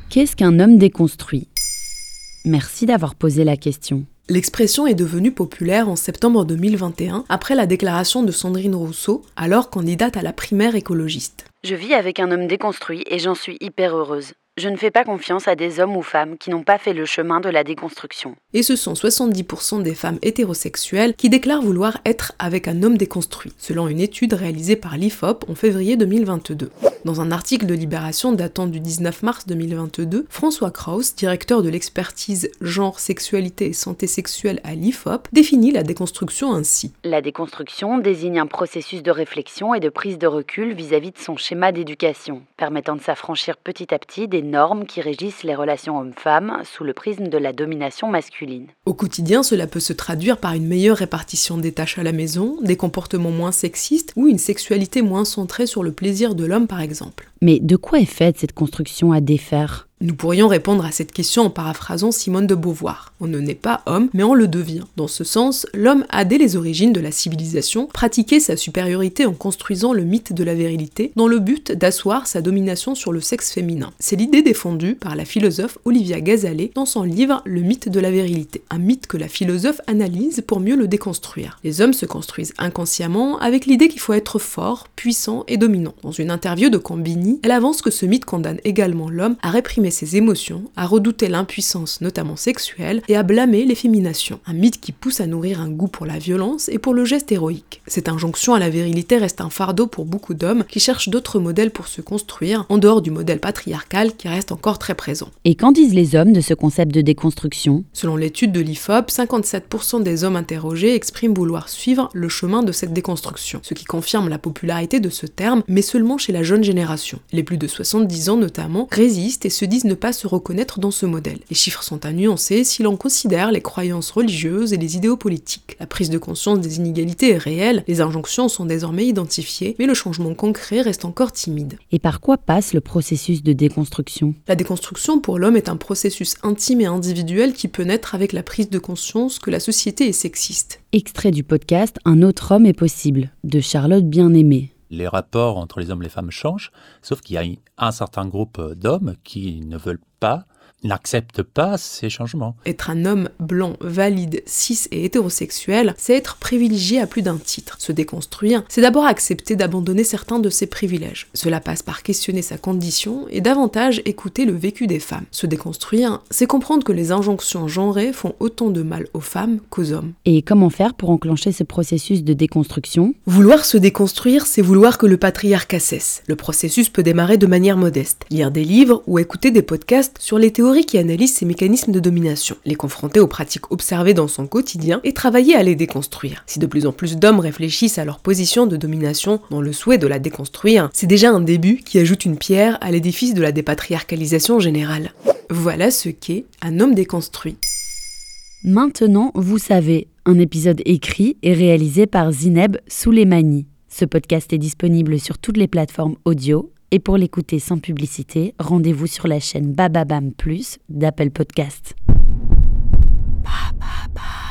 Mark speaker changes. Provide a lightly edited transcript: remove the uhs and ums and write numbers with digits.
Speaker 1: Qu'est-ce qu'un homme déconstruit ? Merci d'avoir posé la question.
Speaker 2: L'expression est devenue populaire en septembre 2021 après la déclaration de Sandrine Rousseau, alors candidate à la primaire écologiste.
Speaker 1: Je vis avec un homme déconstruit et j'en suis hyper heureuse. Je ne fais pas confiance à des hommes ou femmes qui n'ont pas fait le chemin de la déconstruction.
Speaker 2: Et ce sont 70% des femmes hétérosexuelles qui déclarent vouloir être avec un homme déconstruit, selon une étude réalisée par l'IFOP en février 2022. Dans un article de Libération datant du 19 mars 2022, François Kraus, directeur de l'expertise genre, sexualité et santé sexuelle à l'IFOP, définit la déconstruction ainsi.
Speaker 1: La déconstruction désigne un processus de réflexion et de prise de recul vis-à-vis de son schéma d'éducation, permettant de s'affranchir petit à petit des normes qui régissent les relations hommes-femmes sous le prisme de la domination masculine.
Speaker 2: Au quotidien, cela peut se traduire par une meilleure répartition des tâches à la maison, des comportements moins sexistes ou une sexualité moins centrée sur le plaisir de l'homme par exemple.
Speaker 1: Mais de quoi est faite cette construction à défaire ?
Speaker 2: Nous pourrions répondre à cette question en paraphrasant Simone de Beauvoir. On ne naît pas homme, mais on le devient. Dans ce sens, l'homme a dès les origines de la civilisation pratiqué sa supériorité en construisant le mythe de la virilité dans le but d'asseoir sa domination sur le sexe féminin. C'est l'idée défendue par la philosophe Olivia Gazalet dans son livre Le mythe de la virilité. Un mythe que la philosophe analyse pour mieux le déconstruire. Les hommes se construisent inconsciemment avec l'idée qu'il faut être fort, puissant et dominant. Dans une interview de Combini, elle avance que ce mythe condamne également l'homme à réprimer ses émotions, à redouter l'impuissance notamment sexuelle et à blâmer l'effémination. Un mythe qui pousse à nourrir un goût pour la violence et pour le geste héroïque. Cette injonction à la virilité reste un fardeau pour beaucoup d'hommes qui cherchent d'autres modèles pour se construire, en dehors du modèle patriarcal qui reste encore très présent.
Speaker 1: Et qu'en disent les hommes de ce concept de déconstruction ?
Speaker 2: Selon l'étude de l'IFOP, 57% des hommes interrogés expriment vouloir suivre le chemin de cette déconstruction, ce qui confirme la popularité de ce terme, mais seulement chez la jeune génération. Les plus de 70 ans notamment résistent et se disent ne pas se reconnaître dans ce modèle. Les chiffres sont à nuancer si l'on considère les croyances religieuses et les idéaux politiques. La prise de conscience des inégalités est réelle, les injonctions sont désormais identifiées, mais le changement concret reste encore timide.
Speaker 1: Et par quoi passe le processus de déconstruction ?
Speaker 2: La déconstruction pour l'homme est un processus intime et individuel qui peut naître avec la prise de conscience que la société est sexiste.
Speaker 1: Extrait du podcast Un autre homme est possible, de Charlotte Bien-Aimée.
Speaker 3: Les rapports entre les hommes et les femmes changent, sauf qu'il y a un certain groupe d'hommes qui ne veulent pas, n'acceptent pas ces changements.
Speaker 2: Être un homme blanc, valide, cis et hétérosexuel, c'est être privilégié à plus d'un titre. Se déconstruire, c'est d'abord accepter d'abandonner certains de ses privilèges. Cela passe par questionner sa condition et davantage écouter le vécu des femmes. Se déconstruire, c'est comprendre que les injonctions genrées font autant de mal aux femmes qu'aux hommes.
Speaker 1: Et comment faire pour enclencher ce processus de déconstruction ?
Speaker 2: Vouloir se déconstruire, c'est vouloir que le patriarcat cesse. Le processus peut démarrer de manière modeste. Lire des livres ou écouter des podcasts sur les théories qui analysent ces mécanismes de domination, les confronter aux pratiques observées dans son quotidien et travailler à les déconstruire. Si de plus en plus d'hommes réfléchissent à leur position de domination dans le souhait de la déconstruire, c'est déjà un début qui ajoute une pierre à l'édifice de la dépatriarcalisation générale. Voilà ce qu'est un homme déconstruit.
Speaker 1: Maintenant, vous savez, un épisode écrit et réalisé par Zineb Souleimani. Ce podcast est disponible sur toutes les plateformes audio. Et pour l'écouter sans publicité, rendez-vous sur la chaîne Bababam Plus d'Apple Podcast. Bababam.